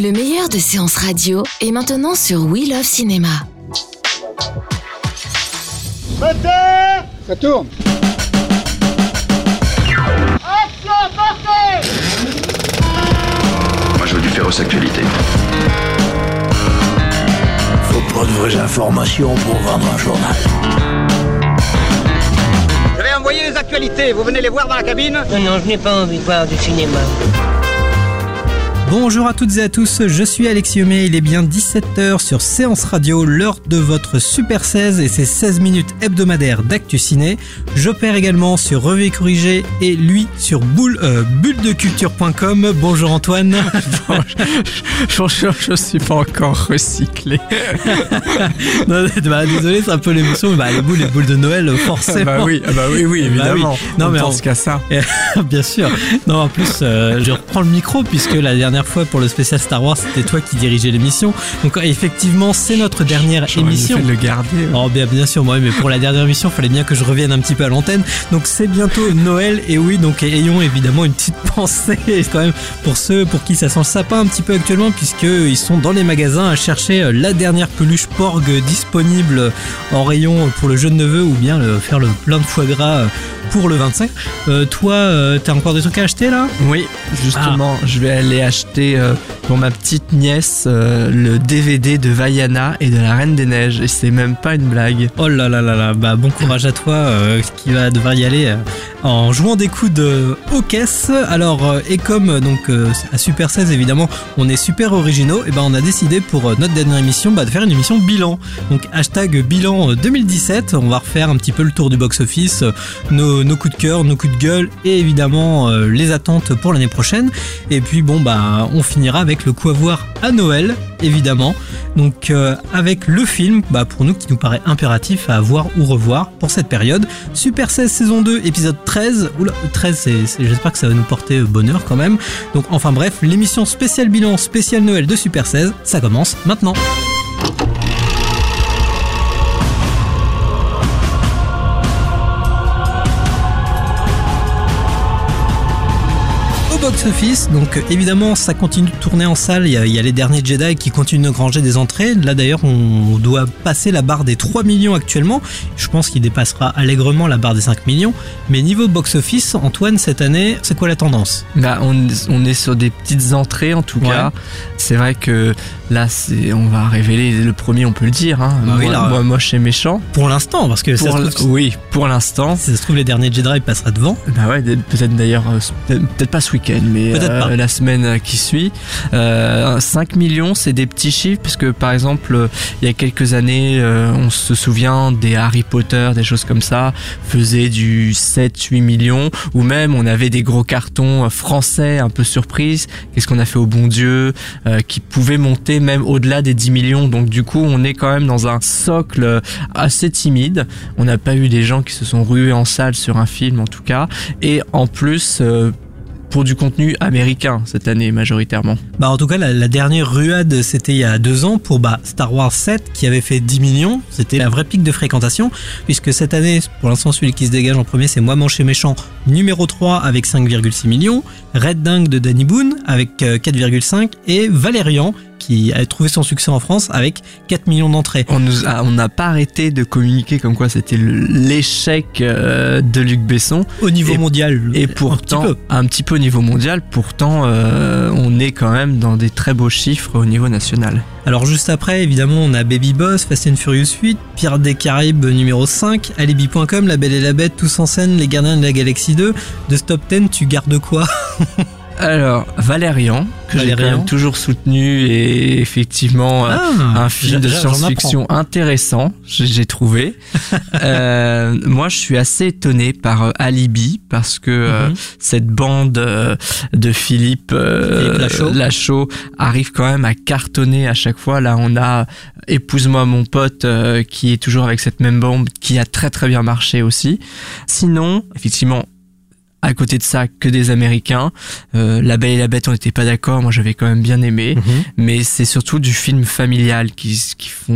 Le meilleur de séances radio est maintenant sur We Love Cinéma. Moteur ! Ça tourne. Action, partez ! Moi, je veux du féroce actualité. Faut pas de vraies informations pour vendre un journal. Je vais envoyer les actualités, vous venez les voir dans la cabine ? Non, je n'ai pas envie de voir du cinéma. Bonjour à toutes et à tous, je suis Alexis Humé, il est bien 17h sur Séance Radio, l'heure de votre Super 16 et ses 16 minutes hebdomadaires d'actu ciné. J'opère également sur Revue et Corrigé et lui sur bulledeculture.com. Bonjour Antoine. Bonjour, je suis pas encore recyclé. Non, désolé, c'est un peu l'émotion, mais les boules de Noël, forcément. Oui, évidemment. Oui. Non, on mais pense qu'à ça. Bien sûr. Non, en plus, je reprends le micro puisque la dernière fois pour le spécial Star Wars, c'était toi qui dirigeais l'émission. Donc effectivement, c'est notre dernière émission. J'aurais fait de le garder. Oh bien sûr, moi, mais pour la dernière émission, il fallait bien que je revienne un petit peu à l'antenne. Donc c'est bientôt Noël et oui, donc ayons évidemment une petite pensée quand même pour ceux pour qui ça sent le sapin un petit peu actuellement, puisqu'ils sont dans les magasins à chercher la dernière peluche Porg disponible en rayon pour le jeune neveu ou bien faire le plein de foie gras pour le 25. Toi, t'as encore des trucs à acheter là ? Oui, justement, je vais aller acheter pour ma petite nièce le DVD de Vaiana et de la Reine des Neiges, et c'est même pas une blague. Oh là là là là, bon courage à toi qui va devoir y aller en jouant des coudes aux caisses. Alors et comme donc à Super 16 évidemment on est super originaux, et on a décidé pour notre dernière émission de faire une émission bilan. Donc hashtag bilan 2017, on va refaire un petit peu le tour du box-office, nos coups de cœur, nos coups de gueule et évidemment les attentes pour l'année prochaine. Et puis on finira avec le coup à voir à Noël évidemment. Donc avec le film pour nous qui nous paraît impératif à voir ou revoir pour cette période. Super 16 saison 2 épisode 13. Oula, 13 j'espère que ça va nous porter bonheur quand même. Donc enfin bref, l'émission spéciale bilan spéciale Noël de Super 16, ça commence maintenant. Box-office, donc évidemment ça continue de tourner en salle, il y a les derniers Jedi qui continuent de granger des entrées, là d'ailleurs on doit passer la barre des 3 millions actuellement, je pense qu'il dépassera allègrement la barre des 5 millions, mais niveau box-office, Antoine, cette année, c'est quoi la tendance ? On est sur des petites entrées en tout cas, c'est vrai que là on va révéler le premier, on peut le dire, hein. Moi moche et méchant. Pour l'instant, parce que oui, pour l'instant. Si ça se trouve les derniers Jedi passeraient devant. Peut-être d'ailleurs, peut-être pas ce week-end, mais la semaine qui suit. 5 millions, c'est des petits chiffres, parce que par exemple, il y a quelques années, on se souvient des Harry Potter, des choses comme ça, faisaient du 7-8 millions, ou même on avait des gros cartons français un peu surprises, qu'est-ce qu'on a fait au bon Dieu, qui pouvaient monter même au-delà des 10 millions. Donc du coup, on est quand même dans un socle assez timide. On n'a pas eu des gens qui se sont rués en salle sur un film en tout cas, et en plus pour du contenu américain cette année majoritairement. En tout cas, la dernière ruade, c'était il y a 2 ans pour Star Wars 7 qui avait fait 10 millions. C'était la vraie pique de fréquentation, puisque cette année, pour l'instant, celui qui se dégage en premier, c'est Moi Moche et Méchant, numéro 3 avec 5,6 millions, Red Dingue de Danny Boone avec 4,5 et Valérian qui a trouvé son succès en France avec 4 millions d'entrées. On n'a pas arrêté de communiquer comme quoi c'était l'échec de Luc Besson. Au niveau mondial. Et pourtant, un petit peu au niveau mondial, pourtant on est quand même dans des très beaux chiffres au niveau national. Alors juste après, évidemment, on a Baby Boss, Fast and Furious 8, Pirates des Caraïbes numéro 5, Alibi.com, La Belle et la Bête, Tous en scène, Les Gardiens de la Galaxie 2. De ce top 10, tu gardes quoi ? Alors, Valérian, que j'ai quand même toujours soutenu, et effectivement un film de science-fiction intéressant, j'ai trouvé. Moi, je suis assez étonné par Alibi, parce que cette bande de Philippe Lachaud arrive quand même à cartonner à chaque fois. Là, on a Épouse-moi mon pote qui est toujours avec cette même bande, qui a très très bien marché aussi. Sinon, effectivement, à côté de ça, que des Américains. La Belle et la Bête, on n'était pas d'accord. Moi, j'avais quand même bien aimé. Mais c'est surtout du film familial qui font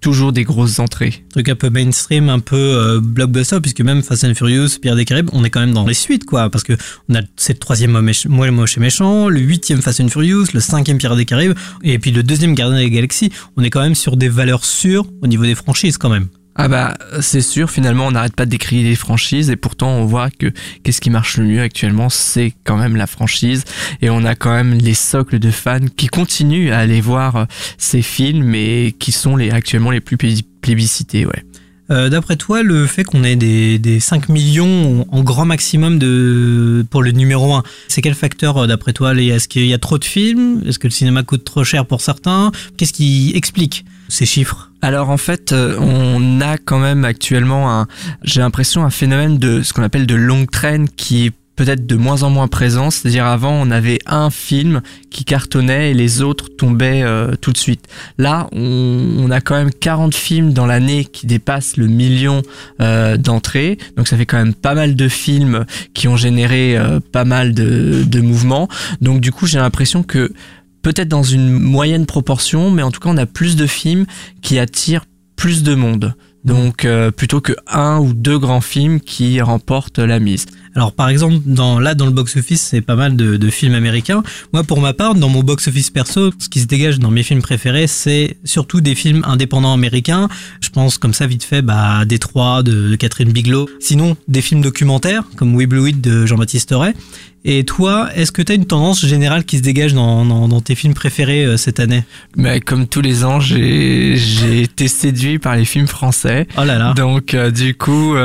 toujours des grosses entrées. Truc un peu mainstream, un peu blockbuster, puisque même Fast and Furious, Pirates des Caraïbes, on est quand même dans les suites, quoi, parce que on a c'est le 3e Moche et Méchant, le 8e Fast and Furious, le 5e Pirates des Caraïbes, et puis le 2e Gardien des Galaxies. On est quand même sur des valeurs sûres au niveau des franchises, quand même. Ah bah c'est sûr, finalement on n'arrête pas de décrire les franchises et pourtant on voit que qu'est-ce qui marche le mieux actuellement, c'est quand même la franchise, et on a quand même les socles de fans qui continuent à aller voir ces films et qui sont actuellement les plus plébiscités, ouais. D'après toi, le fait qu'on ait des 5 millions en grand maximum pour le numéro 1, c'est quel facteur d'après toi? Est-ce qu'il y a trop de films? Est-ce que le cinéma coûte trop cher pour certains? Qu'est-ce qui explique ces chiffres? Alors en fait, on a quand même actuellement j'ai l'impression un phénomène de ce qu'on appelle de longue traîne qui est peut-être de moins en moins présent, c'est-à-dire avant on avait un film qui cartonnait et les autres tombaient tout de suite. Là on a quand même 40 films dans l'année qui dépassent le million d'entrées, donc ça fait quand même pas mal de films qui ont généré pas mal de mouvements, donc du coup j'ai l'impression que peut-être dans une moyenne proportion, mais en tout cas on a plus de films qui attirent plus de monde. Donc plutôt que 1 ou 2 grands films qui remportent la mise. Alors par exemple, dans le box-office, c'est pas mal de films américains. Moi pour ma part, dans mon box-office perso, ce qui se dégage dans mes films préférés, c'est surtout des films indépendants américains. Je pense comme ça vite fait à Détroit de Catherine Bigelow. Sinon, des films documentaires comme We Blew It de Jean-Baptiste Ray. Et toi, est-ce que tu as une tendance générale qui se dégage dans tes films préférés cette année? Mais comme tous les ans, j'ai été séduit par les films français. Oh là là. Donc du coup,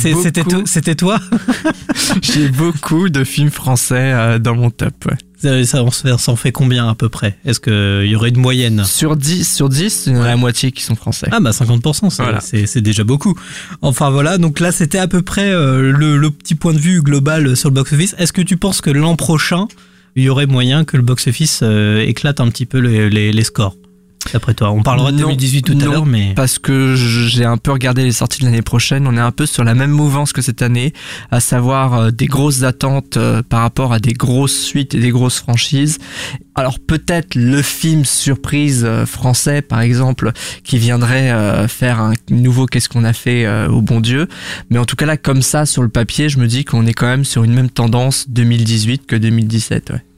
c'était toi. J'ai beaucoup de films français dans mon top. Ouais. Ça s'en fait combien à peu près? Est-ce qu'il y aurait une moyenne? Sur 10, il y en a la moitié qui sont français. Ah bah 50%, voilà. C'est déjà beaucoup. Enfin voilà, donc là c'était à peu près le petit point de vue global sur le box-office. Est-ce que tu penses que l'an prochain, il y aurait moyen que le box-office éclate un petit peu les scores? D'après toi, on parlera de 2018 tout à l'heure, mais... parce que j'ai un peu regardé les sorties de l'année prochaine, on est un peu sur la même mouvance que cette année, à savoir des grosses attentes par rapport à des grosses suites et des grosses franchises. Alors peut-être le film surprise français, par exemple, qui viendrait faire un nouveau Qu'est-ce qu'on a fait au bon Dieu, mais en tout cas là, comme ça, sur le papier, je me dis qu'on est quand même sur une même tendance 2018 que 2017, ouais.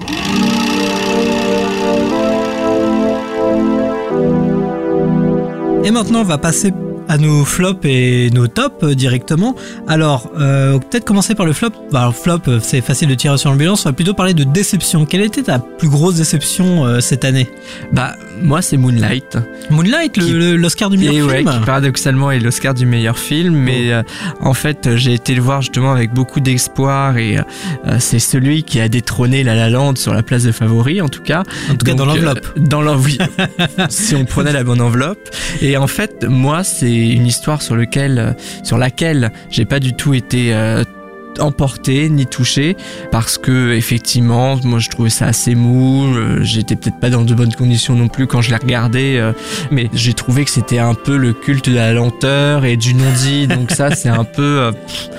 Et maintenant, on va passer à nos flops et nos tops directement. Alors, peut-être commencer par le flop. Alors, flop, c'est facile de tirer sur l'ambulance. On va plutôt parler de déception. Quelle était ta plus grosse déception cette année? Bah, moi, c'est Moonlight. Moonlight, l'Oscar du meilleur film. Ouais, qui paradoxalement est l'Oscar du meilleur film. Mais en fait, j'ai été le voir justement avec beaucoup d'espoir et c'est celui qui a détrôné La La Land sur la place de favori, en tout cas. En tout cas, dans l'enveloppe. Oui. Si on prenait la bonne enveloppe. Et en fait, moi, c'est une histoire sur laquelle j'ai pas du tout été emporté ni touché, parce que effectivement moi je trouvais ça assez mou, j'étais peut-être pas dans de bonnes conditions non plus quand je l'ai regardé, mais j'ai trouvé que c'était un peu le culte de la lenteur et du non-dit, donc ça c'est un peu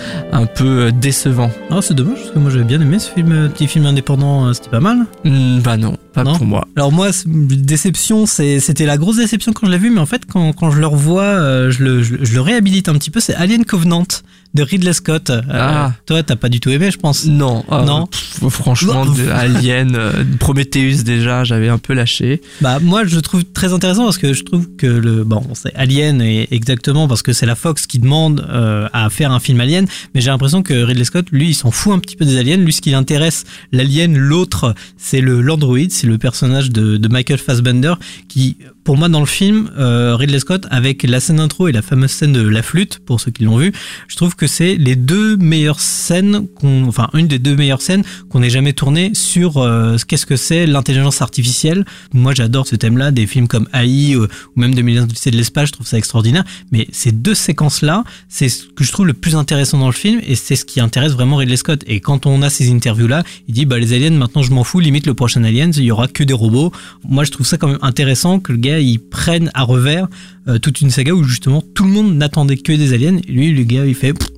décevant. Oh, c'est dommage parce que moi j'avais bien aimé ce film, petit film indépendant, c'était pas mal. Bah non, pas pour moi. Alors moi, déception, c'était la grosse déception quand je l'ai vu, mais en fait quand je le revois, je le réhabilite un petit peu, c'est Alien Covenant de Ridley Scott. Toi, t'as pas du tout aimé, je pense. Non. Non. Franchement, Alien, Prometheus déjà, j'avais un peu lâché. Bah moi, je le trouve très intéressant parce que je trouve que c'est Alien exactement parce que c'est la Fox qui demande à faire un film Alien, mais j'ai l'impression que Ridley Scott, lui, il s'en fout un petit peu des aliens. Lui, ce qui l'intéresse, l'alien, l'autre, c'est l'androïde, c'est le personnage de Michael Fassbender qui, pour moi, dans le film, Ridley Scott, avec la scène d'intro et la fameuse scène de la flûte, pour ceux qui l'ont vu, je trouve que c'est les deux meilleures scènes une des deux meilleures scènes qu'on ait jamais tournées sur qu'est-ce que c'est l'intelligence artificielle. Moi, j'adore ce thème-là, des films comme AI ou même 2001 Odyssée de l'espace, je trouve ça extraordinaire. Mais ces deux séquences-là, c'est ce que je trouve le plus intéressant dans le film et c'est ce qui intéresse vraiment Ridley Scott. Et quand on a ces interviews-là, il dit les aliens, maintenant je m'en fous, limite le prochain Aliens, il y aura que des robots. Moi, je trouve ça quand même intéressant que le gars il prenne à revers toute une saga où justement tout le monde n'attendait que des aliens et lui, le gars, il fait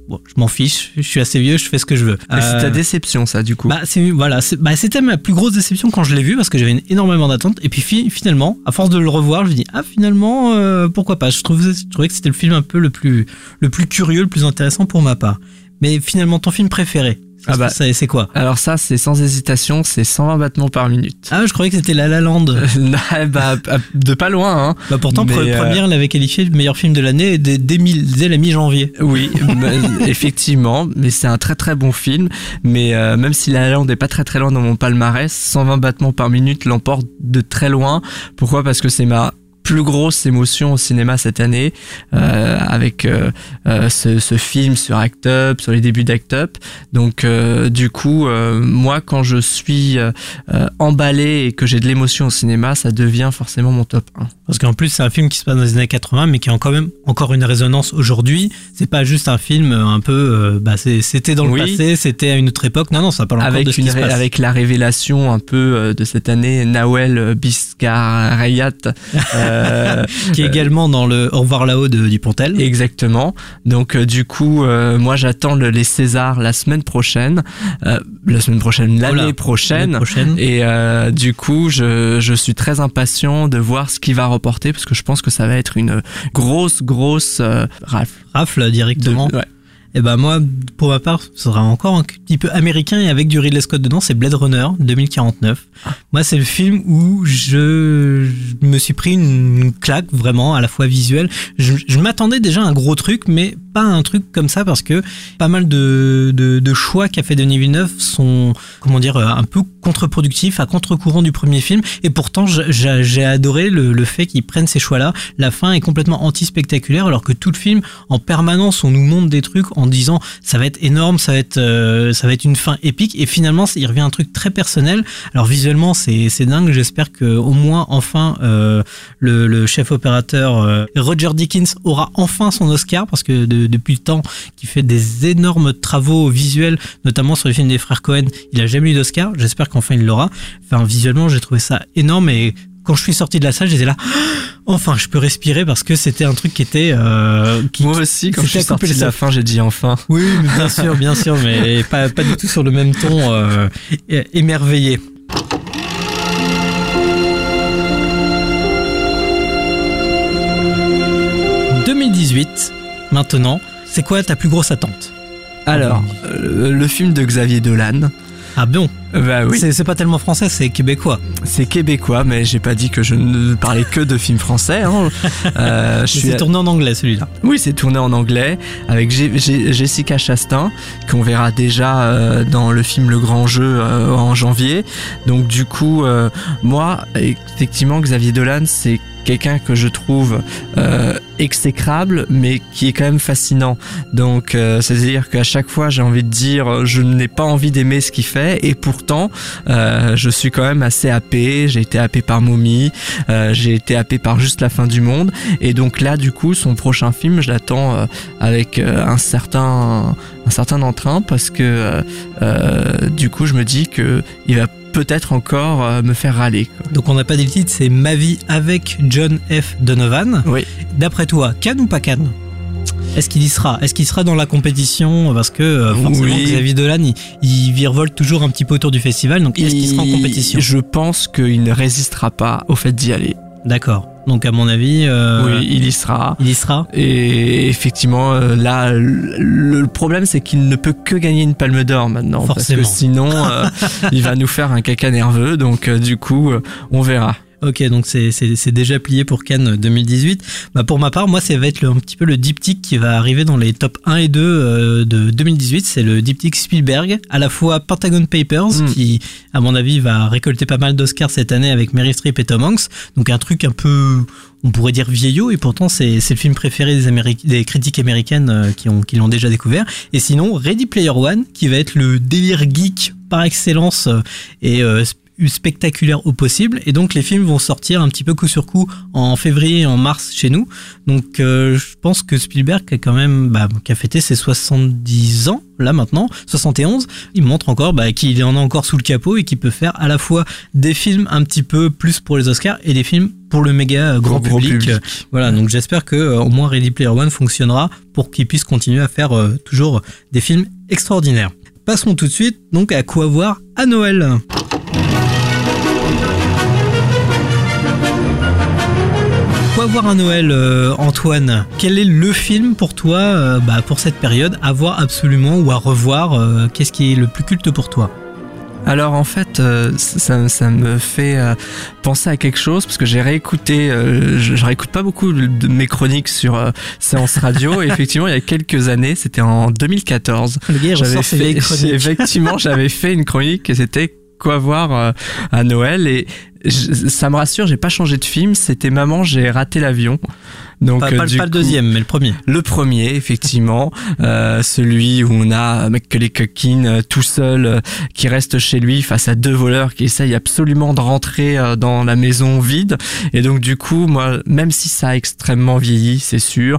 bon, je m'en fiche, je suis assez vieux, je fais ce que je veux. Mais c'est ta déception, ça, du coup. C'était ma plus grosse déception quand je l'ai vu parce que j'avais énormément d'attentes. Et puis finalement, à force de le revoir, je me dis finalement, pourquoi pas. Je trouvais que c'était le film un peu le plus curieux, le plus intéressant pour ma part. Mais finalement, ton film préféré? C'est quoi? Alors ça, c'est sans hésitation, c'est 120 battements par minute. Ah, je croyais que c'était La La Land. De pas loin, hein. Pourtant, première l'avait qualifié le meilleur film de l'année dès la mi-janvier. Oui, effectivement, mais c'est un très très bon film. Mais même si La La Land n'est pas très très loin dans mon palmarès, 120 battements par minute l'emporte de très loin. Pourquoi? Parce que c'est ma plus grosse émotion au cinéma cette année, avec ce film sur Act Up, sur les débuts d'Act Up. Donc du coup, moi quand je suis emballé et que j'ai de l'émotion au cinéma, ça devient forcément mon top 1. Parce qu'en plus c'est un film qui se passe dans les années 80 mais qui a quand même encore une résonance aujourd'hui. C'est pas juste un film un peu c'était dans le passé, c'était à une autre époque. Non, ça parle encore de ce qui se passe. Avec la révélation un peu de cette année, Nawel Biscarayat qui est également dans le Au revoir là-haut de Dupontel. Exactement. Donc du coup, moi j'attends les Césars l'année prochaine. Et du coup, je suis très impatient de voir ce qu'il va reporter parce que je pense que ça va être une grosse rafle directement. Ouais. Et moi, pour ma part, ce sera encore un petit peu américain et avec du Ridley Scott dedans, c'est Blade Runner 2049. Moi, c'est le film où je me suis pris une claque vraiment, à la fois visuelle. Je m'attendais déjà à un gros truc, mais pas un truc comme ça parce que pas mal de choix qu'a fait Denis Villeneuve sont, un peu contre-productifs, à contre-courant du premier film. Et pourtant, j'ai adoré le fait qu'ils prennent ces choix-là. La fin est complètement anti-spectaculaire alors que tout le film, en permanence, on nous montre des trucs en disant ça va être énorme, ça va être une fin épique et finalement il revient un truc très personnel. Alors visuellement c'est dingue, j'espère que au moins enfin le chef opérateur Roger Deakins aura enfin son Oscar parce que depuis le temps qu'il fait des énormes travaux visuels notamment sur les films des frères Cohen, il a jamais eu d'Oscar, j'espère qu'enfin il l'aura. Enfin visuellement j'ai trouvé ça énorme et quand je suis sorti de la salle, j'étais là, enfin, je peux respirer parce que c'était un truc qui était. Moi aussi, quand je suis sorti de la fin, j'ai dit enfin. Oui, mais bien sûr, mais pas du tout sur le même ton émerveillé. « 2018, maintenant, c'est quoi ta plus grosse attente ? » Alors, le film de Xavier Dolan. Ah bon? Bah oui. C'est pas tellement français, c'est québécois. C'est québécois, mais j'ai pas dit que je ne parlais que de films français. Hein. C'est tourné en anglais celui-là. Oui, c'est tourné en anglais avec Jessica Chastain qu'on verra déjà dans le film Le Grand Jeu en janvier. Donc du coup, moi, effectivement, Xavier Dolan, c'est quelqu'un que je trouve exécrable mais qui est quand même fascinant. Donc c'est-à-dire qu'à chaque fois j'ai envie de dire je n'ai pas envie d'aimer ce qu'il fait et pourtant je suis quand même assez happé. J'ai été happé par Mommy, j'ai été happé par Juste la fin du monde et donc là du coup son prochain film je l'attends avec un certain entrain parce que du coup je me dis que il va peut-être encore me faire râler, quoi. Donc on n'a pas dit le titre, c'est Ma vie avec John F. Donovan. Oui. D'après toi, Cannes ou pas Cannes ? Est-ce qu'il y sera ? Est-ce qu'il sera dans la compétition ? Parce que forcément Xavier Dolan il virevolte toujours un petit peu autour du festival, donc est-ce qu'il sera en compétition ? Je pense qu'il ne résistera pas au fait d'y aller. D'accord. Donc à mon avis... oui, il y sera. Il y sera. Et effectivement, là, le problème, c'est qu'il ne peut que gagner une Palme d'Or maintenant. Forcément. Parce que sinon, il va nous faire un caca nerveux. Donc du coup, on verra. Ok, donc c'est déjà plié pour Cannes 2018. Pour ma part, moi, ça va être un petit peu le diptyque qui va arriver dans les top 1 et 2 de 2018. C'est le diptyque Spielberg, à la fois Pentagon Papers, qui, à mon avis, va récolter pas mal d'Oscars cette année avec Meryl Streep et Tom Hanks. Donc un truc un peu, on pourrait dire vieillot, et pourtant c'est le film préféré des critiques américaines qui l'ont déjà découvert. Et sinon, Ready Player One, qui va être le délire geek par excellence et spectaculaire au possible, et donc les films vont sortir un petit peu coup sur coup en février et en mars chez nous. Donc je pense que Spielberg a quand même qui a fêté ses 70 ans là maintenant, 71, il montre encore qu'il en a encore sous le capot et qu'il peut faire à la fois des films un petit peu plus pour les Oscars et des films pour le méga grand public. Voilà, donc j'espère que au moins Ready Player One fonctionnera pour qu'il puisse continuer à faire toujours des films extraordinaires. Passons tout de suite donc à quoi voir à Noël. Quoi voir à Noël, Antoine ? Quel est le film pour toi, pour cette période, à voir absolument ou à revoir ? Qu'est-ce qui est le plus culte pour toi ? Alors en fait, ça me fait penser à quelque chose parce que j'ai réécouté, je réécoute pas beaucoup de mes chroniques sur Séance Radio. Et effectivement, il y a quelques années, c'était en 2014. Le gars ressort ses vieilles chroniques. Effectivement, j'avais fait une chronique et c'était quoi voir à Noël et ça me rassure, j'ai pas changé de film, c'était Maman, j'ai raté l'avion. Donc pas le deuxième, mais le premier. Le premier, effectivement, celui où on a Macaulay Culkin tout seul qui reste chez lui face à deux voleurs qui essayent absolument de rentrer dans la maison vide. Et donc du coup, moi, même si ça a extrêmement vieilli, c'est sûr,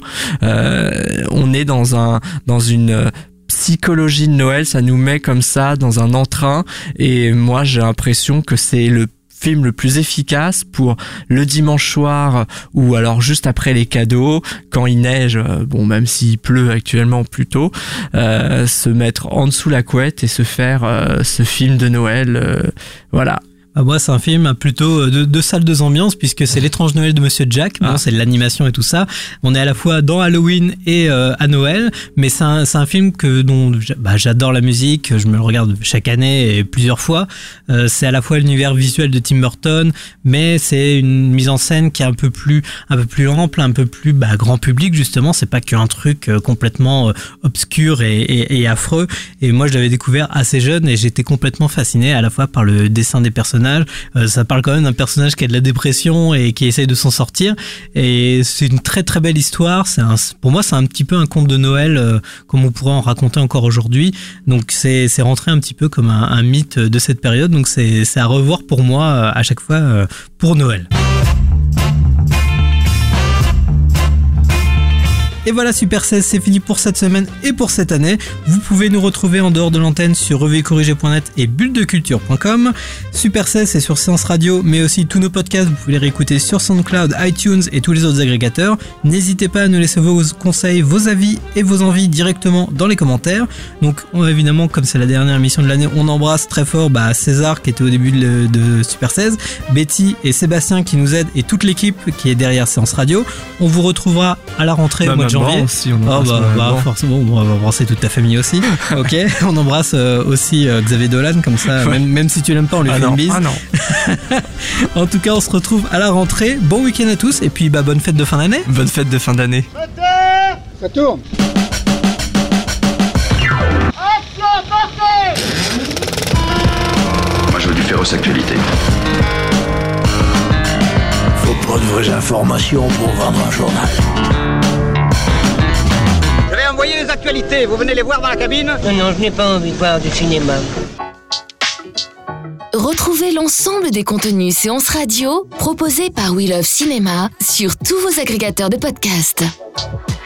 on est dans une psychologie de Noël, ça nous met comme ça dans un entrain. Et moi, j'ai l'impression que c'est le film le plus efficace pour le dimanche soir ou alors juste après les cadeaux, quand il neige, même s'il pleut actuellement plutôt, se mettre en dessous la couette et se faire ce film de Noël, voilà. Moi, c'est un film plutôt de salle de ambiance puisque c'est l'étrange Noël de Monsieur Jack. Bon, c'est de l'animation et tout ça. On est à la fois dans Halloween et à Noël, mais c'est un film dont j'adore la musique. Je me le regarde chaque année et plusieurs fois. C'est à la fois l'univers visuel de Tim Burton, mais c'est une mise en scène qui est un peu plus ample, un peu plus grand public justement. C'est pas qu'un truc complètement obscur et affreux. Et moi, je l'avais découvert assez jeune et j'étais complètement fasciné à la fois par le dessin des personnages. Ça parle quand même d'un personnage qui a de la dépression et qui essaye de s'en sortir, et c'est une très très belle histoire. Pour moi, c'est un petit peu un conte de Noël comme on pourrait en raconter encore aujourd'hui, donc c'est rentré un petit peu comme un mythe de cette période, donc c'est à revoir pour moi à chaque fois pour Noël. Et voilà, Super 16, c'est fini pour cette semaine et pour cette année. Vous pouvez nous retrouver en dehors de l'antenne sur revuecorrigée.net et bulledeculture.com. Super 16, c'est sur Séance Radio, mais aussi tous nos podcasts, vous pouvez les réécouter sur SoundCloud, iTunes et tous les autres agrégateurs. N'hésitez pas à nous laisser vos conseils, vos avis et vos envies directement dans les commentaires. Donc, évidemment, comme c'est la dernière émission de l'année, on embrasse très fort César qui était au début de Super 16, Betty et Sébastien qui nous aident et toute l'équipe qui est derrière Séance Radio. On vous retrouvera à la rentrée au mois de janvier. Aussi, on forcément, on va embrasser toute ta famille aussi. Ok, on embrasse aussi Xavier Dolan, comme ça, même si tu l'aimes pas, on lui fait une bise. En tout cas, on se retrouve à la rentrée. Bon week-end à tous et puis bonne fête de fin d'année. Bonne fête de fin d'année. Ça tourne. Action, portez. Moi, je veux du féroce actualité. Faut pas de vraies informations pour vendre un journal. Je vais envoyer les actualités, vous venez les voir dans la cabine? Non, je n'ai pas envie de voir du cinéma. Retrouvez l'ensemble des contenus Séance Radio proposés par We Love Cinéma sur tous vos agrégateurs de podcasts.